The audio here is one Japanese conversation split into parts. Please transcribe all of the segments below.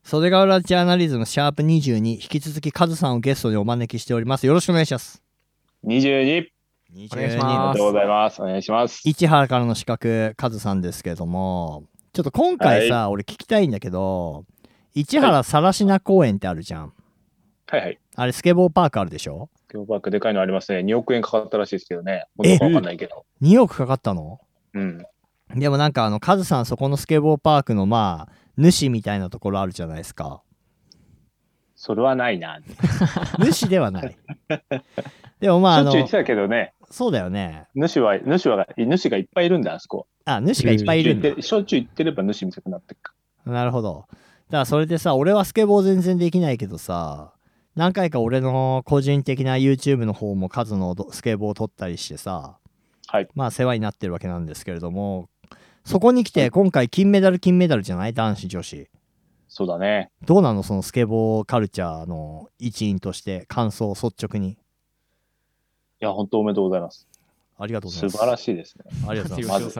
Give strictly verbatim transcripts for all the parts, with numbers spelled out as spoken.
袖ヶ浦ジャーナリズムシャープにじゅうに、引き続きカズさんをゲストにお招きしております。よろしくお願いします。 にじゅうに。 にじゅうに。おめでとうございます。お願いします。 市原からの資格、カズさんですけども、ちょっと今回さ、はい、俺聞きたいんだけど、市原更科公園ってあるじゃん。 はいはい。 あれスケボーパークあるでしょ。 スケボーパークでかいのありますね。におくえんかかったらしいですけどね。もっとわかんないけど。 におくかかったの？ うん。 でもなんかあのカズさんそこのスケボーパークのまあ主みたいなところあるじゃないですか。 それはないな。 主ではない。でもまああのしょっちゅう言ってたけどね。 そうだよね。 主は主は主がいっぱいいるんだ、あそこ。 あ、主がいっぱいいるんだ。 しょっちゅう言ってれば主見たくなってるか。 なるほど。だからそれでさ、俺はスケボー全然できないけどさ、何回か俺の個人的な YouTube の方も数のスケボーを撮ったりしてさ、 はい、 まあ世話になってるわけなんですけれども、そこに来て今回金メダル金メダルじゃない？男子女子。 そうだね。 どうなのそのスケボーカルチャーの一員として感想率直に。いや本当おめでとうございます。 ありがとうございます。 素晴らしいですね。 ありがとうございます。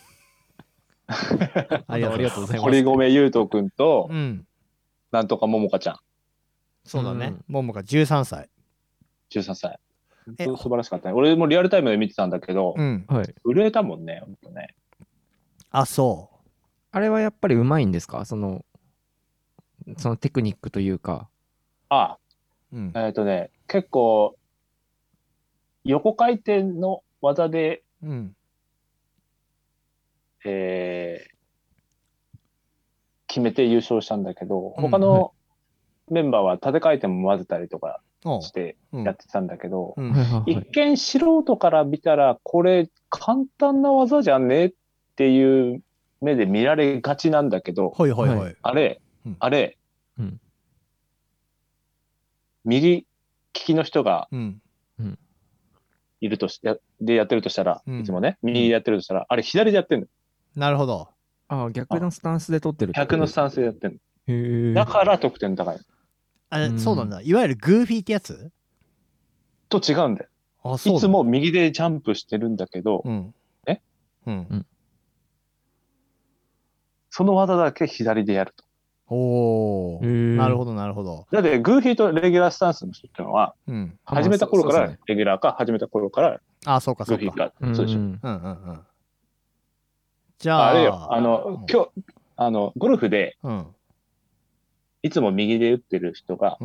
ありがとうございます。 堀米雄斗くんと、 うん、 なんとかももかちゃん。 そうだね。ももかじゅうさんさい。 じゅうさんさい。素晴らしかったね。俺もリアルタイムで見てたんだけど、 うん、 はい、 震えたもんね、ほんとね。 あ、そう。 あれはやっぱりうまいんですか？その、そのテクニックというか。 ああ、うん、えっとね、結構、横回転の技で、 うん、 えー、決めて優勝したんだけど、うん、他のメンバーは縦回転も混ぜたりとかしてやってたんだけど、うんうん、一見素人から見たらこれ簡単な技じゃねっていう目で見られがちなんだけど、 はいはいはい、 あれ、うん、あれ、うん、右利きの人がいるとし、やでやってるとしたら、うん、いつもね右でやってるとしたら、あれ左でやってるの。 なるほど。 ああ、逆のスタンスで取ってるって逆のスタンスでやってるの。へえ。だから得点高い。 あれ、うん、そうなんだ。いわゆるグーフィーってやつと違うんだよ。あ、そういつも右でジャンプしてるんだけど、うん、ね、うん、その技だけ左でやると。 おー、なるほどなるほど。 だってグーフィーとレギュラースタンスの人ってのは、うん、始めた頃からレギュラーか、始めた頃からあ、そうかそうか。 グーフィーか、そうでしょ。うんうんうん。じゃあ、 あれよ、あの、うん、今日、あの、ゴルフで、うん、いつも右で打ってる人が、うん、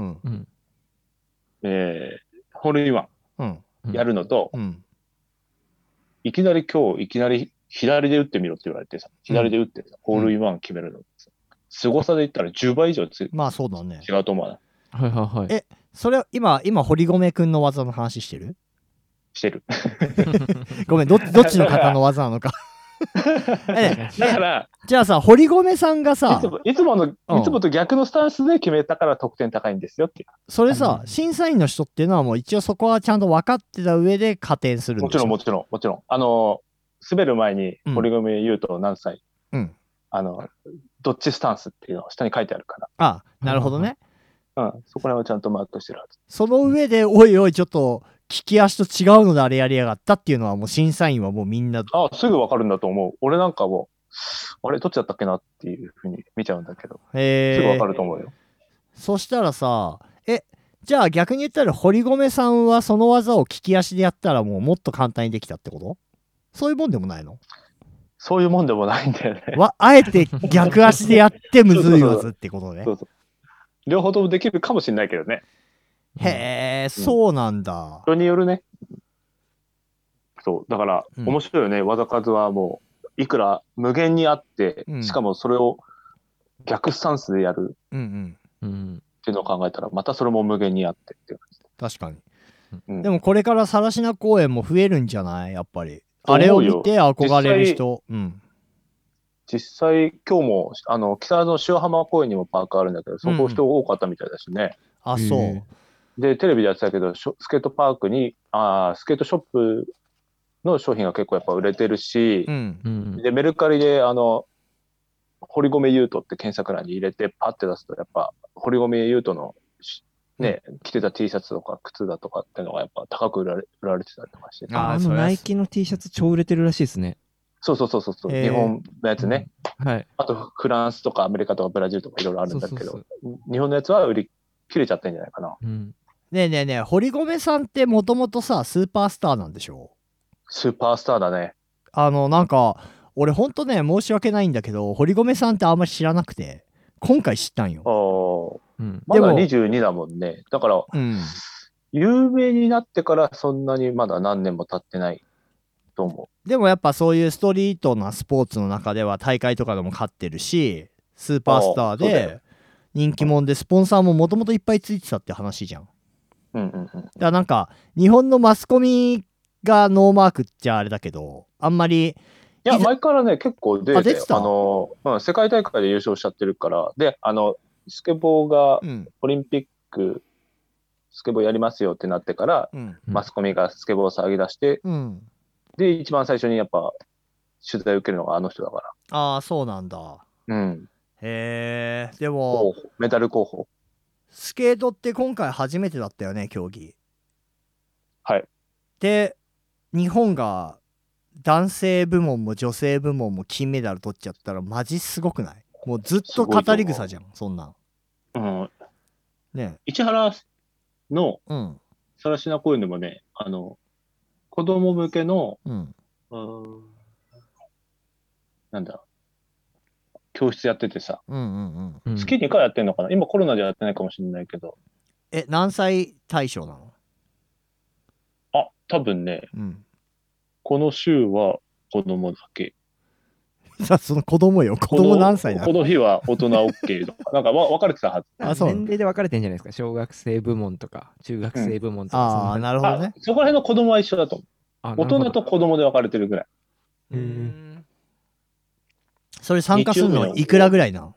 えー、ホールインワンやるのと、うん、いきなり今日いきなり左で打ってみろって言われてさ、左で打ってさ、うん、ホールインワン決めるの。凄さで言ったらじゅうばい以上つまあそうだね。 違うと思うな。 はいはいはい。 え、それは今、今、堀米くんの技の話してる？ してる。 ごめん、ど、どっちの方の技なのか。 えだからじゃあさ、堀米さんがさいつも、いつもの、いつもと逆のスタンスで決めたから得点高いんですよって。 それさ、審査員の人っていうのはもう一応そこはちゃんと分かってた上で加点するんでしょ？ もちろんもちろんもちろん。あの滑る前に堀米雄斗何歳、うん、あのどっちスタンスっていうのを下に書いてあるから。 あ、なるほどね。 うん、そこら辺はちゃんとマークしてるはず。 その上で、おいおいちょっと利き足と違うのであれやりやがったっていうのはもう審査員はもうみんな。 あ、すぐ分かるんだと思う。俺なんかもあれどっちだったっけなっていうふうに見ちゃうんだけど、 へー、 すぐ分かると思うよ。 そしたらさ、え、じゃあ逆に言ったら堀米さんはその技を利き足でやったらもうもっと簡単にできたってこと？そういうもんでもないの？ そういうもんでもないんだよね。 わ、あえて逆足でやってむずい技ってことね。 そうそう。両方ともできるかもしれないけどね。 へえ、うん、そうなんだ。 人によるね。そうだから、うん、面白いよね。技数はもういくら無限にあって、うん、しかもそれを逆スタンスでやるっていうのを考えたら、またそれも無限にあってっていう感じ。 確かに。うん、でもこれから更科公園も増えるんじゃない？やっぱり。あれを見て憧れる人。 実際、うん、実際今日もあの北の塩浜公園にもパークあるんだけど、そこ人多かったみたいだしね。 うん、あ、そう。 でテレビでやってたけど、スケートパークにあスケートショップの商品が結構やっぱ売れてるし、うん、でメルカリであの堀米雄斗って検索欄に入れてパッて出すとやっぱ堀米雄斗のね、うん、着てた T シャツとか靴だとかっていうのがやっぱ高く売られ、売られてたりとかして、 ああのナイキの T シャツ超売れてるらしいですね。 そうそうそうそう、日本のやつね、 はい、 あとフランスとかアメリカとかブラジルとかいろいろあるんだけど、そうそうそう、日本のやつは売り切れちゃってんじゃないかな。 うん、 ねえねえねえ、堀米さんってもともとさ、スーパースターなんでしょ？ スーパースターだね。 あの、なんか、俺ほんとね、申し訳ないんだけど、堀米さんってあんまり知らなくて、今回知ったんよ。 ああ、うん、まだにじゅうにだもんね。だから、うん、有名になってからそんなにまだ何年も経ってないと思う。でもやっぱそういうストリートなスポーツの中では大会とかでも勝ってるし、スーパースターで人気者でスポンサーももともといっぱいついてたって話じゃん。 うんうんうん。だからなんか日本のマスコミがノーマークっちゃあれだけど、あんまりいや前からね結構出て出てた。 あの、うん、世界大会で優勝しちゃってるから、であのスケボーがオリンピック、うん、スケボーやりますよってなってから、うん、マスコミがスケボーを騒ぎ出して、うん、で一番最初にやっぱ取材を受けるのがあの人だから。 ああそうなんだ。 うん。 へえ。でもメダル候補。 スケートって今回初めてだったよね、競技。 はい。 で日本が男性部門も女性部門も金メダル取っちゃったらマジすごくない？もうずっと語り草じゃん、そんなん。 うん。 ね。 市原のさらしな公園でもね、あの子供向けの、うん、うんなんだ教室やっててさ、うんうんうん、月にかいやってんのかな。今コロナでやってないかもしれないけど。 え、何歳対象なの？ あ、多分ね、うん、この週は子供だけ。 さあ、その子供よ。子供何歳なの？ この日は大人 OK とか。なんか分かれてたはず。 あ、そう。年齢で分かれてんじゃないですか。小学生部門とか、中学生部門とか。 うん、ああ、なるほどね。 そこら辺の子供は一緒だと思う。大人と子供で分かれてるぐらい。 うん。それ参加するのいくらぐらいなの？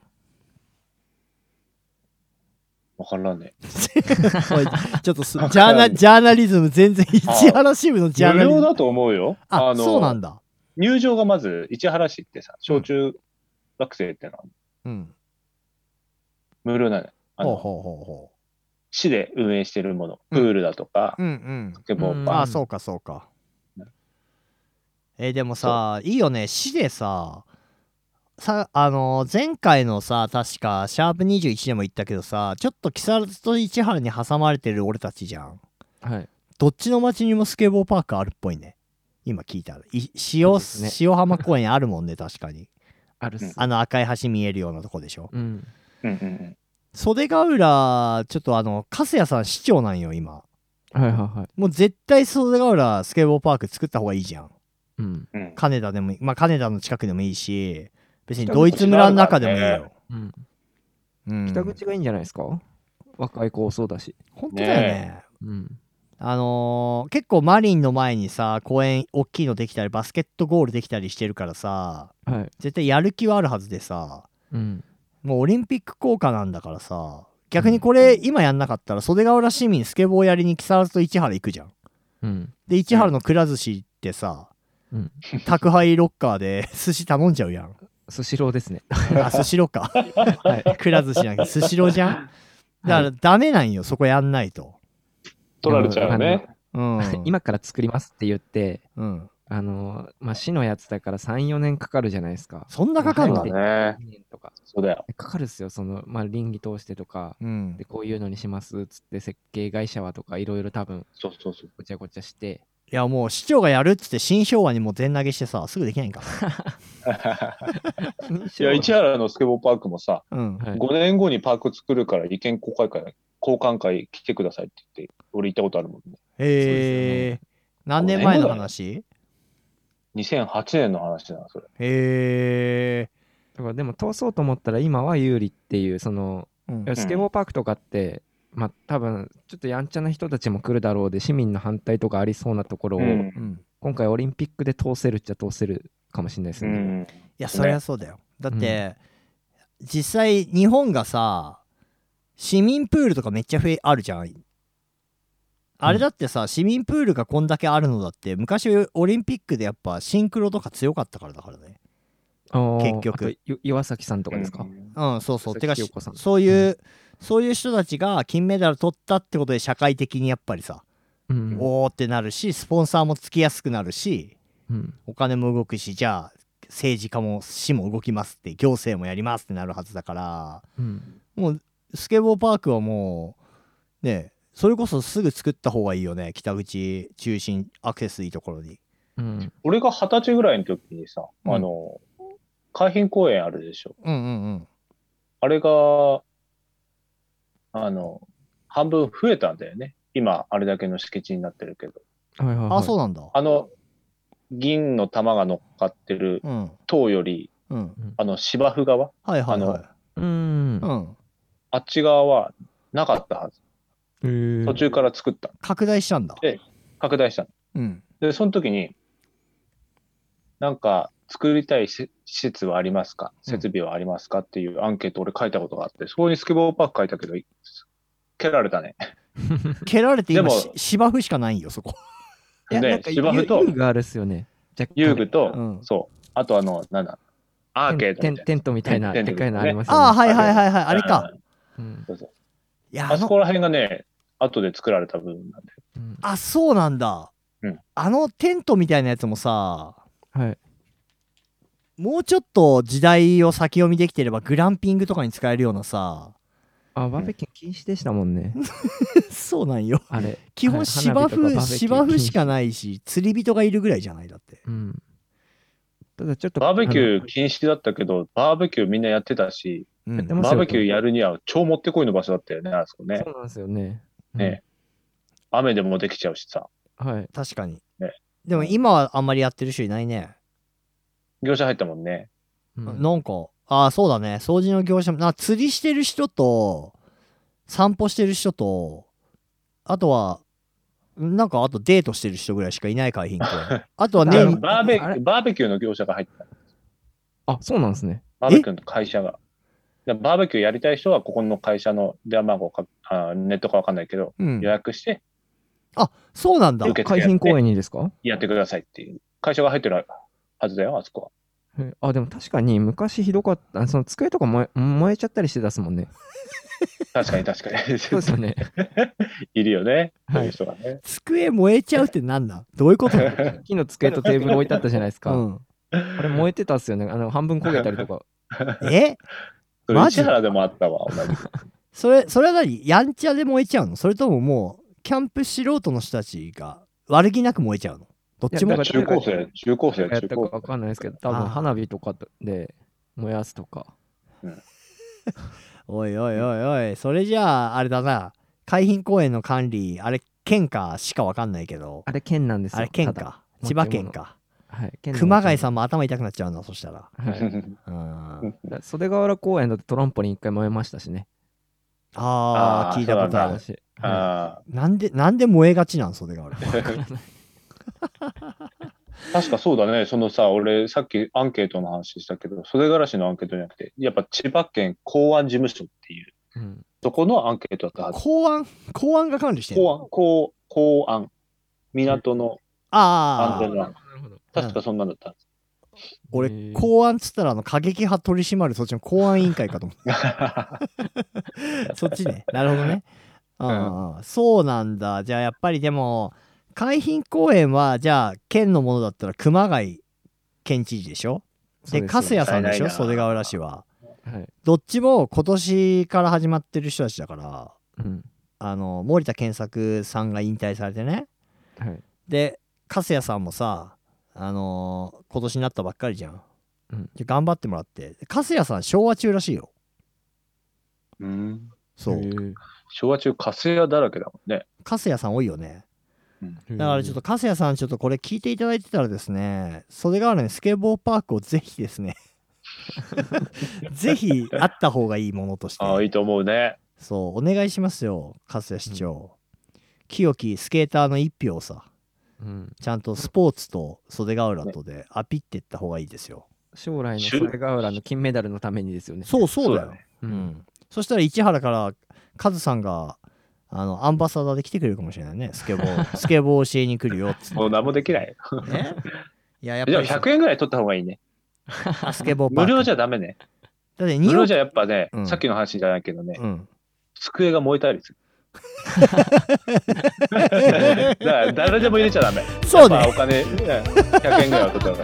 わからんね。 ちょっとジャーナ、ジャーナリズム全然市原支部のジャーナリズム。 無料だと思うよ。 あ、あのそうなんだ。 入場がまず市原市ってさ、小中学生ってのは、うん、無料なの。あのほうほうほうほう。市で運営してるもの、プールだとか、うんうん、スケボーパー。 ああ、そうかそうか。えー、でもさ、いいよね。市でさ、さあのー、前回のさ確かシャープにじゅういちでも言ったけどさ、ちょっと木更津と市原に挟まれてる俺たちじゃん。 はい。 どっちの町にもスケボーパークあるっぽいね。今聞いたらい 塩, ね、塩浜公園あるもんね。確かにあるっす。 あの赤い橋見えるようなとこでしょ。 うん。 袖ヶ浦ちょっとあの粕谷さん市長なんよ今。 はいはいはい。 もう絶対袖ヶ浦スケボーパーク作った方がいいじゃん。 うん。 金田でもまあ金田の近くでもいいし。別にドイツ村の中でもいいよ。 うんうん、北口がいいんじゃないですか？若い子そうだし。 本当だよね。ねうん、あのー、結構マリンの前にさ公園大きいのできたりバスケットゴールできたりしてるからさ、 はい、 絶対やる気はあるはずでさ、うん、もうオリンピック効果なんだからさ、逆にこれ、うん、今やんなかったら袖ヶ浦市民スケボーやりに木更津と市原行くじゃん。うん、で市原のくら寿司ってさ、うん、宅配ロッカーで寿司頼んじゃうやん。 スシローですね。 あ、スシローか。はい。くら寿司じゃなくてスシローじゃん。だからダメなんよ、そこやんないと。 取られちゃうね。 うん、今から作りますって言って、うん、あのまあ市のやつだからさん、よねんかかるじゃないですか。 そんなかかるのね。 とかそうだよ。 かかるっすよ。そのまあ倫理通してとか、うん、でこういうのにしますっつって設計会社はとかいろいろ多分そうそうそうごちゃごちゃして。 いやもう市長がやるっつって新昭和にも全投げしてさすぐできないんか。 いや市原のスケボーパークもさ、うんはい、ごねんごにパーク作るから意見公開会交換会来てくださいって言って俺行ったことあるもんね。 へえ、ね、何年前の話？ にせんはちねんの話だなそれ。 へえ。 だからでも通そうと思ったら今は有利っていうその、うん、スケボーパークとかって、うん、まあ多分ちょっとやんちゃな人たちも来るだろうで市民の反対とかありそうなところを、うん、今回オリンピックで通せるっちゃ通せるかもしれないですね。うん、 いやそりゃそうだよ。だって、うん、実際日本がさ市民プールとかめっちゃ増えあるじゃん。あれだってさ、うん、市民プールがこんだけあるのだって昔オリンピックでやっぱシンクロとか強かったからだからね。結局岩崎さんとかですか？ うん、うん、そうそう。てかそういう、うん、そういう人たちが金メダル取ったってことで社会的にやっぱりさ、うん、おーってなるしスポンサーもつきやすくなるし、うん、お金も動くしじゃあ政治家も市も動きますって行政もやりますってなるはずだから、うん、もうスケボーパークはもうねそれこそすぐ作った方がいいよね、北口中心アクセスいいところに、 うん、俺が二十歳ぐらいの時にさ、うん、あの海浜公園あるでしょ、うんうんうん、あれがあの半分増えたんだよね今あれだけの敷地になってるけど、 はいはいはい、あそうなんだ、 あの銀の玉が乗っかってる塔より、うん、あの芝生側、はいはいはい、あの、うん、あっち側はなかったはず。途中から作った。 拡大したんだ。 で、拡大したの。うん、で、その時に、なんか作りたい施設はありますか、設備はありますかっていうアンケート俺書いたことがあって、そこにスケボーパーク書いたけど、蹴られたね。 蹴られて今芝生しかないよ、そこ。 ね、芝生と遊具があるっすよね。 遊具と、うん、そうあとあのなんだアーケードみたいなテントみたいなでっかいのありますよね。ああはいはいはいはいあれか。 うん、そうそういやあそこら辺がね後で作られた部分なんで、 うん、あそうなんだ、うん、あのテントみたいなやつもさ、はい、もうちょっと時代を先読みできてればグランピングとかに使えるようなさ、 あ、バーベキュー禁止でしたもんね。 そうなんよ。あれ基本芝生芝生しかないし釣り人がいるぐらいじゃないだって。うん、 ただちょっとバーベキュー禁止だったけどバーベキューみんなやってたし、うん、バーベキューやるには超もってこいの場所だったよねあそこね。 そうなんですよね。 うん、ね雨でもできちゃうしさ。 はい。確かに。ね、でも今はあんまりやってる人いないね。 業者入ったもんね。 うん、なんか。ああそうだね掃除の業者もな釣りしてる人と散歩してる人とあとはなんかあとデートしてる人ぐらいしかいない海浜公園あとはねバーベバーベキューの業者が入った。 あそうなんですね。 バーベキューの会社がバーベキューやりたい人はここの会社の電話番号かあネットかわかんないけど、うん、予約してあそうなんだ海浜公園にですかやってくださいっていう会社が入ってるはずだよあそこは。 あでも確かに昔ひどかったその机とか燃え、燃えちゃったりしてたっすもんね。 確かに確かにそうですよね。 いるよね、そういう人がね。 机燃えちゃうってなんだどういうこと木の机とテーブル置いてあったじゃないですか、うん、あれ燃えてたっすよねあの半分焦げたりとか。 えマジ市原でもあったわ同じそれそれは何やんちゃで燃えちゃうのそれとももうキャンプ素人の人たちが悪気なく燃えちゃうのどっちも。 中高生、中高生、 やったかわかんないですけど、多分花火とかで燃やすとか。うん、 おいおいおいおい、それじゃあ、あれだな、海浜公園の管理、あれ、県かしかわかんないけど。 あれ、県なんですよ。 あれ、県か。千葉県か。はい、熊谷さんも頭痛くなっちゃうな、そしたら。はい、 うん袖ヶ浦公園だってトランポリン一回燃えましたしね。 ああ、聞いたことあるし。はい、なんで、なんで燃えがちなん、袖ヶ浦。 確かそうだね。そのさ、俺さっきアンケートの話したけど、袖ヶ浦市のアンケートじゃなくて、やっぱ千葉県公安事務所っていう、うん、そこのアンケートだったはず。 公安公安が管理してる公安、公、公安。港の安全な。確かそんなんだったんです。 俺、公安っつったらあの過激派取り締まるそっちの公安委員会かと思った。そっちね。なるほどね。あ、うん、そうなんだ。じゃあやっぱりでも、海浜公園はじゃあ県のものだったら熊谷県知事でしょ。で粕谷さんでしょ袖ヶ浦市は、はい、どっちも今年から始まってる人たちだから、うん、あの森田健作さんが引退されてね、はい、で粕谷さんもさあのー、今年になったばっかりじゃん、うん、じゃ頑張ってもらって粕谷さん昭和中らしいよ。 うんそう昭和中粕谷だらけだもんね。 粕谷さん多いよね。だからちょっと粕谷さんちょっとこれ聞いていただいてたらですね袖ヶ浦にスケボーパークをぜひですねぜひあった方がいいものとしてああいいと思うね。 そうお願いしますよ粕谷市長、うん、清きスケーターの一票をさ、うん、ちゃんとスポーツと袖ヶ浦とでアピっていった方がいいですよ。 将来の袖ヶ浦の金メダルのためにですよね。 そうそうだよ。そうだね、うん、そしたら市原からカズさんがあのアンバサダーで来てくれるかもしれないね。スケボースケボー教えに来るよっつって。 もう何もできないよ。 ね、いややっぱりでもひゃくえんぐらい取った方がいいね。 スケボーパーク無料じゃダメね。 だって無料じゃやっぱね、うん、さっきの話じゃないけどね、うん、机が燃えたりする。 だから誰でも入れちゃダメ。 そうね。 お金ひゃくえんぐらいは取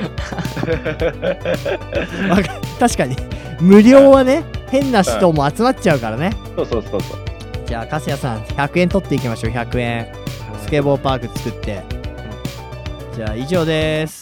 ったら確かに無料はね、変な人も集まっちゃうからね。 そうそうそうそう。 じゃあ粕谷さんひゃくえん取っていきましょう。ひゃくえんスケボーパーク作って。じゃあ以上です。